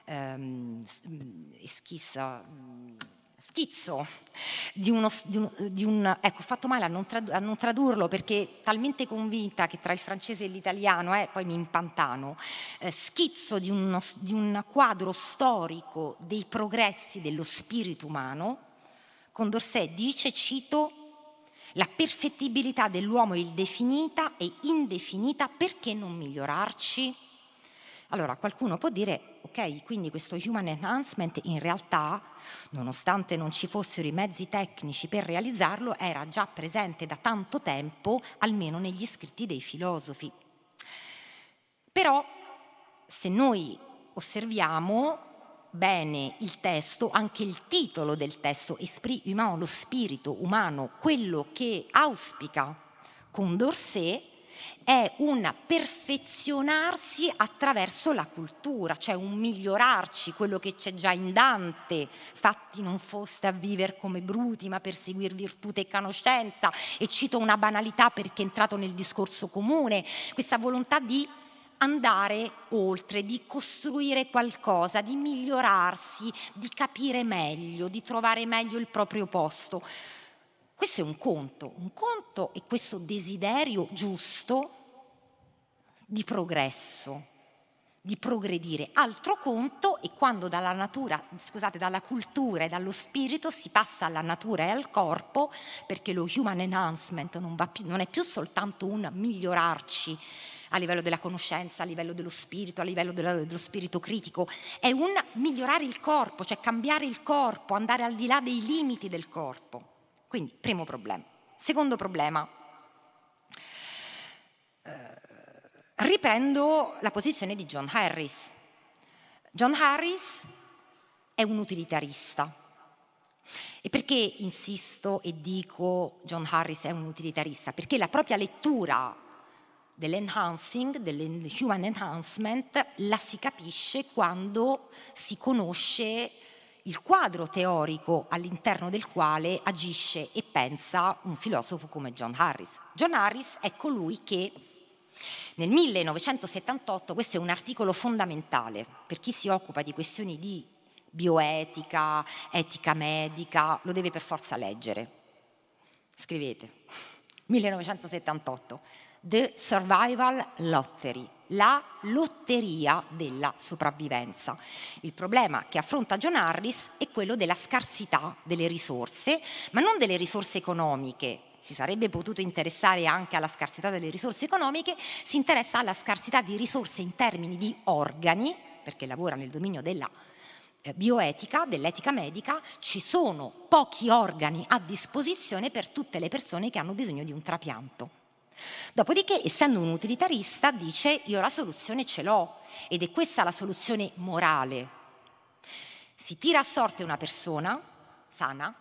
schizzo di un ecco, ho fatto male a non tradurlo perché talmente convinta che tra il francese e l'italiano poi mi impantano, schizzo di un quadro storico dei progressi dello spirito umano. Condorcet dice, cito: la perfettibilità dell'uomo è indefinita e indefinita, perché non migliorarci? Allora qualcuno può dire: ok, quindi questo human enhancement in realtà, nonostante non ci fossero i mezzi tecnici per realizzarlo, era già presente da tanto tempo, almeno negli scritti dei filosofi. Però se noi osserviamo bene il testo, anche il titolo del testo, Esprit humain, lo spirito umano, quello che auspica Condorcet è un perfezionarsi attraverso la cultura, cioè un migliorarci, quello che c'è già in Dante: fatti non foste a viver come bruti, ma per seguir virtute e conoscenza. E cito una banalità perché è entrato nel discorso comune, questa volontà di andare oltre, di costruire qualcosa, di migliorarsi, di capire meglio, di trovare meglio il proprio posto. Questo è un conto è questo desiderio giusto di progresso, di progredire. Altro conto è quando dalla cultura e dallo spirito si passa alla natura e al corpo, perché lo human enhancement non è più soltanto un migliorarci a livello della conoscenza, a livello dello spirito, a livello dello spirito critico, è un migliorare il corpo, cioè cambiare il corpo, andare al di là dei limiti del corpo. Quindi, primo problema. Secondo problema. Riprendo la posizione di John Harris. John Harris è un utilitarista. E perché insisto e dico John Harris è un utilitarista? Perché la propria lettura dell'enhancing, dell'human enhancement, la si capisce quando si conosce il quadro teorico all'interno del quale agisce e pensa un filosofo come John Harris. John Harris è colui che nel 1978, questo è un articolo fondamentale per chi si occupa di questioni di bioetica, etica medica, lo deve per forza leggere. Scrivete, 1978, The Survival Lottery, la lotteria della sopravvivenza. Il problema che affronta John Harris è quello della scarsità delle risorse, ma non delle risorse economiche. Si sarebbe potuto interessare anche alla scarsità delle risorse economiche, si interessa alla scarsità di risorse in termini di organi, perché lavora nel dominio della bioetica, dell'etica medica. Ci sono pochi organi a disposizione per tutte le persone che hanno bisogno di un trapianto. Dopodiché, essendo un utilitarista, dice io la soluzione ce l'ho, ed è questa la soluzione morale. Si tira a sorte una persona sana,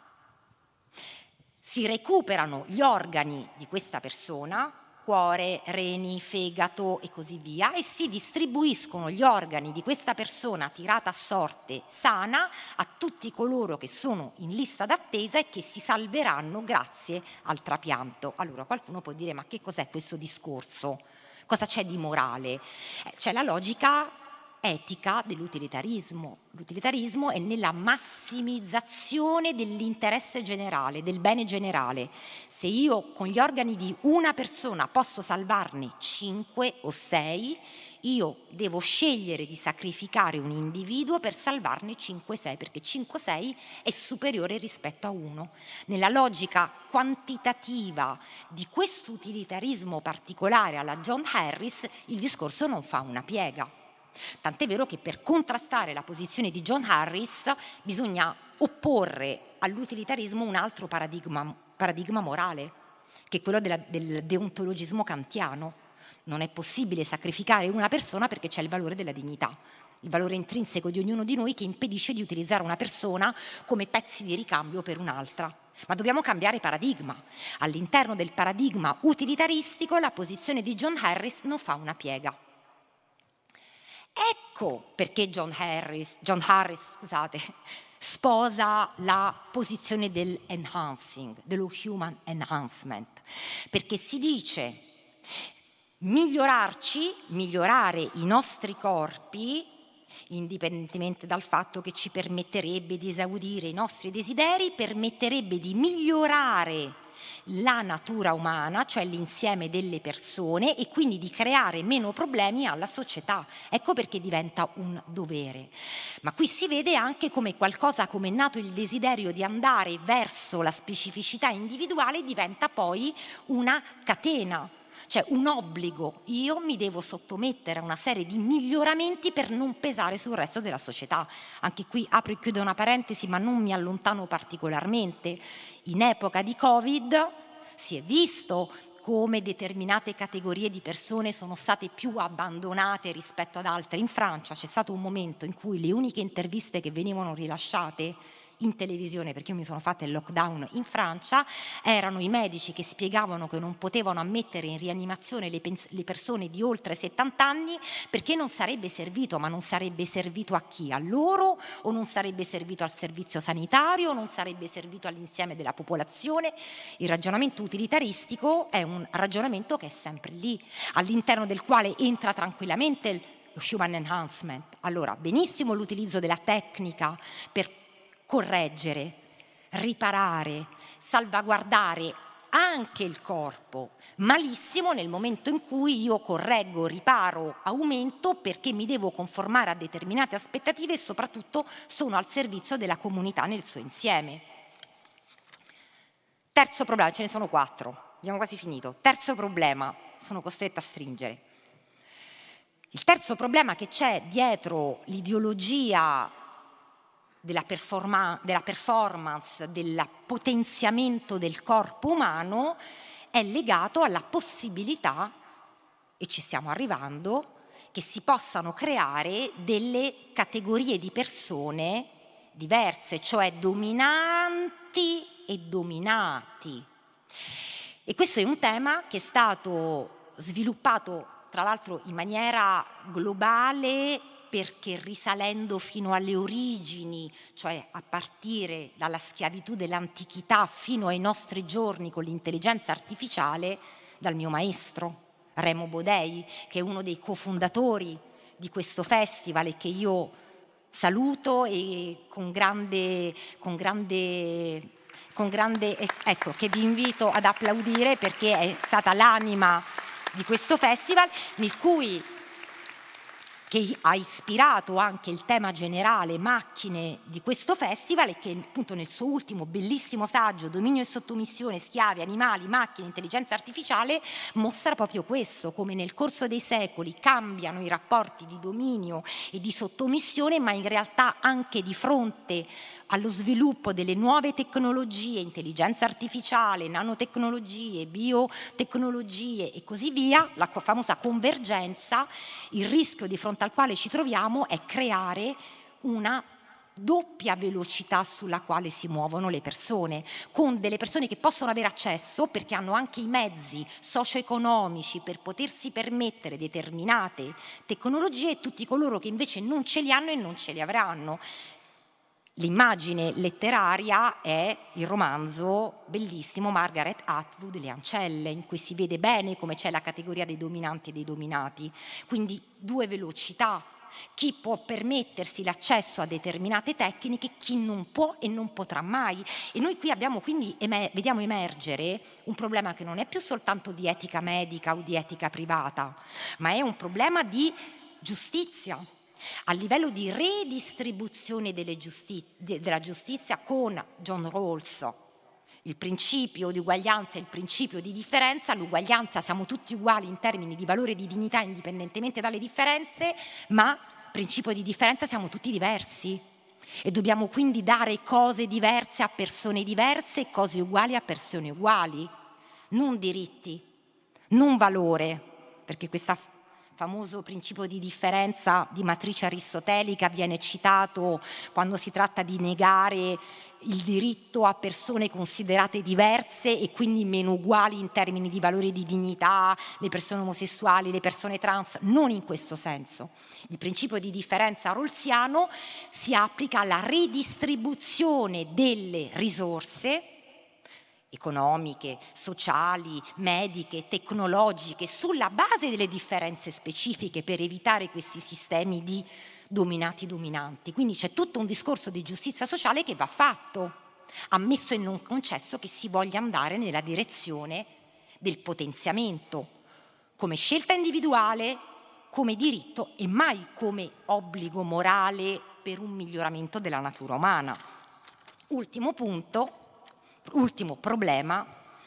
si recuperano gli organi di questa persona, cuore, reni, fegato e così via, e si distribuiscono gli organi di questa persona tirata a sorte sana a tutti coloro che sono in lista d'attesa e che si salveranno grazie al trapianto. Allora qualcuno può dire: ma che cos'è questo discorso? Cosa c'è di morale? C'è la logica etica dell'utilitarismo. L'utilitarismo è nella massimizzazione dell'interesse generale, del bene generale. Se io con gli organi di una persona posso salvarne 5 o 6, io devo scegliere di sacrificare un individuo per salvarne 5 o 6, perché 5 o 6 è superiore rispetto a 1. Nella logica quantitativa di questo utilitarismo particolare alla John Harris, il discorso non fa una piega. Tant'è vero che per contrastare la posizione di John Harris bisogna opporre all'utilitarismo un altro paradigma morale, che è quello del deontologismo kantiano. Non è possibile sacrificare una persona perché c'è il valore della dignità, il valore intrinseco di ognuno di noi che impedisce di utilizzare una persona come pezzi di ricambio per un'altra. Ma dobbiamo cambiare paradigma. All'interno del paradigma utilitaristico la posizione di John Harris non fa una piega. Ecco perché John Harris, sposa la posizione dell'enhancing, dello human enhancement, perché si dice migliorare i nostri corpi, indipendentemente dal fatto che ci permetterebbe di esaudire i nostri desideri, permetterebbe di migliorare la natura umana, cioè l'insieme delle persone, e quindi di creare meno problemi alla società. Ecco perché diventa un dovere. Ma qui si vede anche come qualcosa, come è nato il desiderio di andare verso la specificità individuale, diventa poi una catena, cioè un obbligo. Io mi devo sottomettere a una serie di miglioramenti per non pesare sul resto della società. Anche qui apro e chiudo una parentesi, ma non mi allontano particolarmente. In epoca di Covid si è visto come determinate categorie di persone sono state più abbandonate rispetto ad altre. In Francia c'è stato un momento in cui le uniche interviste che venivano rilasciate in televisione, perché io mi sono fatta il lockdown in Francia, erano i medici che spiegavano che non potevano ammettere in rianimazione le persone di oltre 70 anni perché non sarebbe servito. Ma non sarebbe servito a chi? A loro? O non sarebbe servito al servizio sanitario? O non sarebbe servito all'insieme della popolazione? Il ragionamento utilitaristico è un ragionamento che è sempre lì, all'interno del quale entra tranquillamente lo human enhancement. Allora, benissimo l'utilizzo della tecnica per correggere, riparare, salvaguardare anche il corpo. Malissimo nel momento in cui io correggo, riparo, aumento perché mi devo conformare a determinate aspettative e soprattutto sono al servizio della comunità nel suo insieme. Terzo problema, ce ne sono 4, abbiamo quasi finito. Terzo problema, sono costretta a stringere. Il terzo problema che c'è dietro l'ideologia della performance, del potenziamento del corpo umano è legato alla possibilità, e ci stiamo arrivando, che si possano creare delle categorie di persone diverse, cioè dominanti e dominati. E questo è un tema che è stato sviluppato, tra l'altro, in maniera globale, perché risalendo fino alle origini, cioè a partire dalla schiavitù dell'antichità fino ai nostri giorni con l'intelligenza artificiale, dal mio maestro Remo Bodei, che è uno dei cofondatori di questo festival e che io saluto e ecco, che vi invito ad applaudire, perché è stata l'anima di questo festival, che ha ispirato anche il tema generale macchine di questo festival, e che appunto nel suo ultimo bellissimo saggio Dominio e sottomissione, schiavi, animali, macchine, intelligenza artificiale, mostra proprio questo, come nel corso dei secoli cambiano i rapporti di dominio e di sottomissione, ma in realtà anche di fronte allo sviluppo delle nuove tecnologie, intelligenza artificiale, nanotecnologie, biotecnologie e così via, la famosa convergenza, il rischio di fronte al quale ci troviamo è creare una doppia velocità sulla quale si muovono le persone, con delle persone che possono avere accesso perché hanno anche i mezzi socio-economici per potersi permettere determinate tecnologie, e tutti coloro che invece non ce li hanno e non ce li avranno. L'immagine letteraria è il romanzo bellissimo Margaret Atwood, Le ancelle, in cui si vede bene come c'è la categoria dei dominanti e dei dominati, quindi due velocità: chi può permettersi l'accesso a determinate tecniche, chi non può e non potrà mai. E noi qui vediamo emergere un problema che non è più soltanto di etica medica o di etica privata, ma è un problema di giustizia, a livello di redistribuzione della giustizia, con John Rawls, il principio di uguaglianza e il principio di differenza. L'uguaglianza, siamo tutti uguali in termini di valore e di dignità indipendentemente dalle differenze, ma principio di differenza, siamo tutti diversi e dobbiamo quindi dare cose diverse a persone diverse e cose uguali a persone uguali, non diritti, non valore, perché questo famoso principio di differenza di matrice aristotelica viene citato quando si tratta di negare il diritto a persone considerate diverse e quindi meno uguali in termini di valori di dignità, le persone omosessuali, le persone trans, non in questo senso. Il principio di differenza rawlsiano si applica alla redistribuzione delle risorse economiche, sociali, mediche, tecnologiche, sulla base delle differenze specifiche, per evitare questi sistemi di dominati-dominanti. Quindi c'è tutto un discorso di giustizia sociale che va fatto, ammesso e non concesso che si voglia andare nella direzione del potenziamento, come scelta individuale, come diritto e mai come obbligo morale per un miglioramento della natura umana. Ultimo punto. Ultimo problema: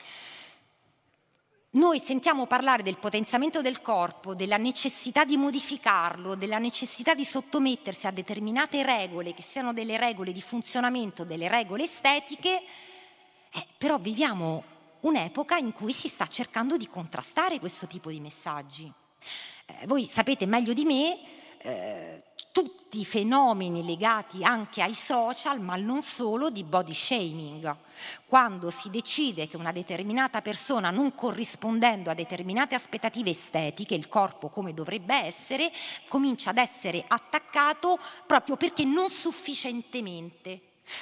noi sentiamo parlare del potenziamento del corpo, della necessità di modificarlo, della necessità di sottomettersi a determinate regole, che siano delle regole di funzionamento, delle regole estetiche, però viviamo un'epoca in cui si sta cercando di contrastare questo tipo di messaggi. Voi sapete meglio di me tutti i fenomeni legati anche ai social, ma non solo, di body shaming. Quando si decide che una determinata persona, non corrispondendo a determinate aspettative estetiche, il corpo come dovrebbe essere, comincia ad essere attaccato proprio perché non sufficientemente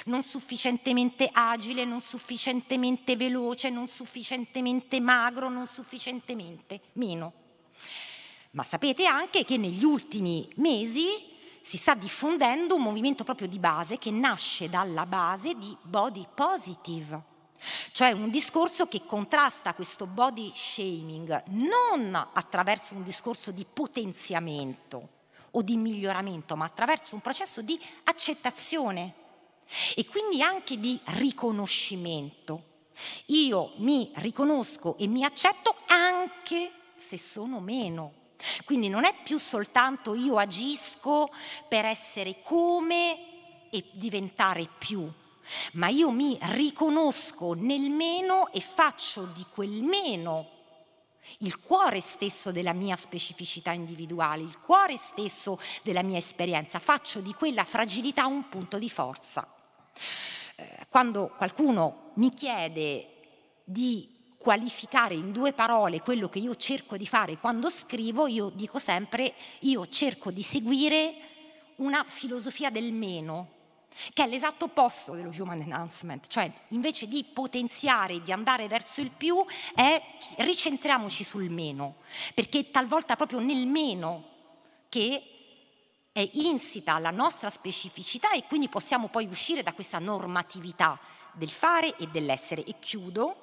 agile, non sufficientemente veloce, non sufficientemente magro, non sufficientemente meno. Ma sapete anche che negli ultimi mesi si sta diffondendo un movimento proprio di base, che nasce dalla base di body positive, cioè un discorso che contrasta questo body shaming non attraverso un discorso di potenziamento o di miglioramento, ma attraverso un processo di accettazione e quindi anche di riconoscimento. Io mi riconosco e mi accetto anche se sono meno. Quindi non è più soltanto io agisco per essere come e diventare più, ma io mi riconosco nel meno e faccio di quel meno il cuore stesso della mia specificità individuale, il cuore stesso della mia esperienza, faccio di quella fragilità un punto di forza. Quando qualcuno mi chiede di qualificare in 2 parole quello che io cerco di fare quando scrivo, io dico sempre: io cerco di seguire una filosofia del meno, che è l'esatto opposto dello human enhancement, cioè invece di potenziare e di andare verso il più è ricentriamoci sul meno, perché talvolta proprio nel meno che è insita la nostra specificità e quindi possiamo poi uscire da questa normatività del fare e dell'essere. E chiudo,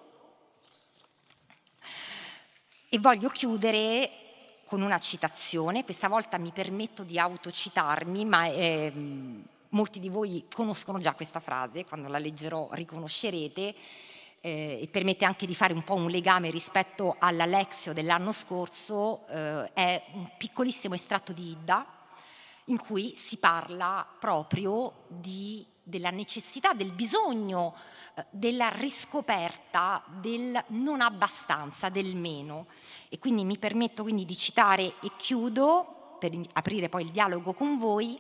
e voglio chiudere con una citazione, questa volta mi permetto di autocitarmi, ma molti di voi conoscono già questa frase, quando la leggerò riconoscerete, e permette anche di fare un po' un legame rispetto alla Lexio dell'anno scorso, è un piccolissimo estratto di Idda, in cui si parla proprio della necessità, del bisogno, della riscoperta del non abbastanza, del meno. E quindi mi permetto quindi di citare e chiudo, per aprire poi il dialogo con voi: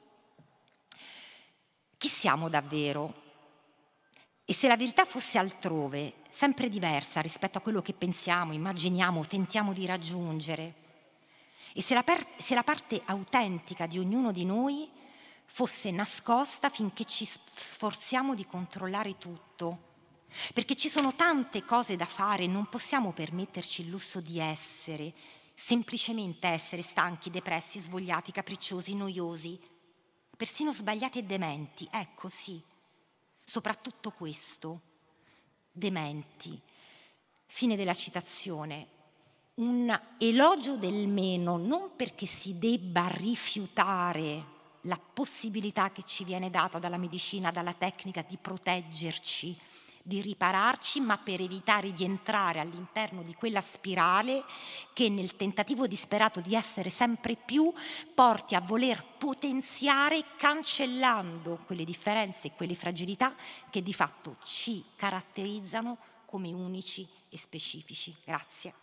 chi siamo davvero? E se la verità fosse altrove, sempre diversa rispetto a quello che pensiamo, immaginiamo, tentiamo di raggiungere, e se la parte autentica di ognuno di noi fosse nascosta finché ci sforziamo di controllare tutto, perché ci sono tante cose da fare e non possiamo permetterci il lusso di essere, semplicemente essere stanchi, depressi, svogliati, capricciosi, noiosi, persino sbagliati e dementi, ecco sì, soprattutto questo, dementi. Fine della citazione. Un elogio del meno non perché si debba rifiutare la possibilità che ci viene data dalla medicina, dalla tecnica di proteggerci, di ripararci, ma per evitare di entrare all'interno di quella spirale che nel tentativo disperato di essere sempre più porti a voler potenziare cancellando quelle differenze e quelle fragilità che di fatto ci caratterizzano come unici e specifici. Grazie.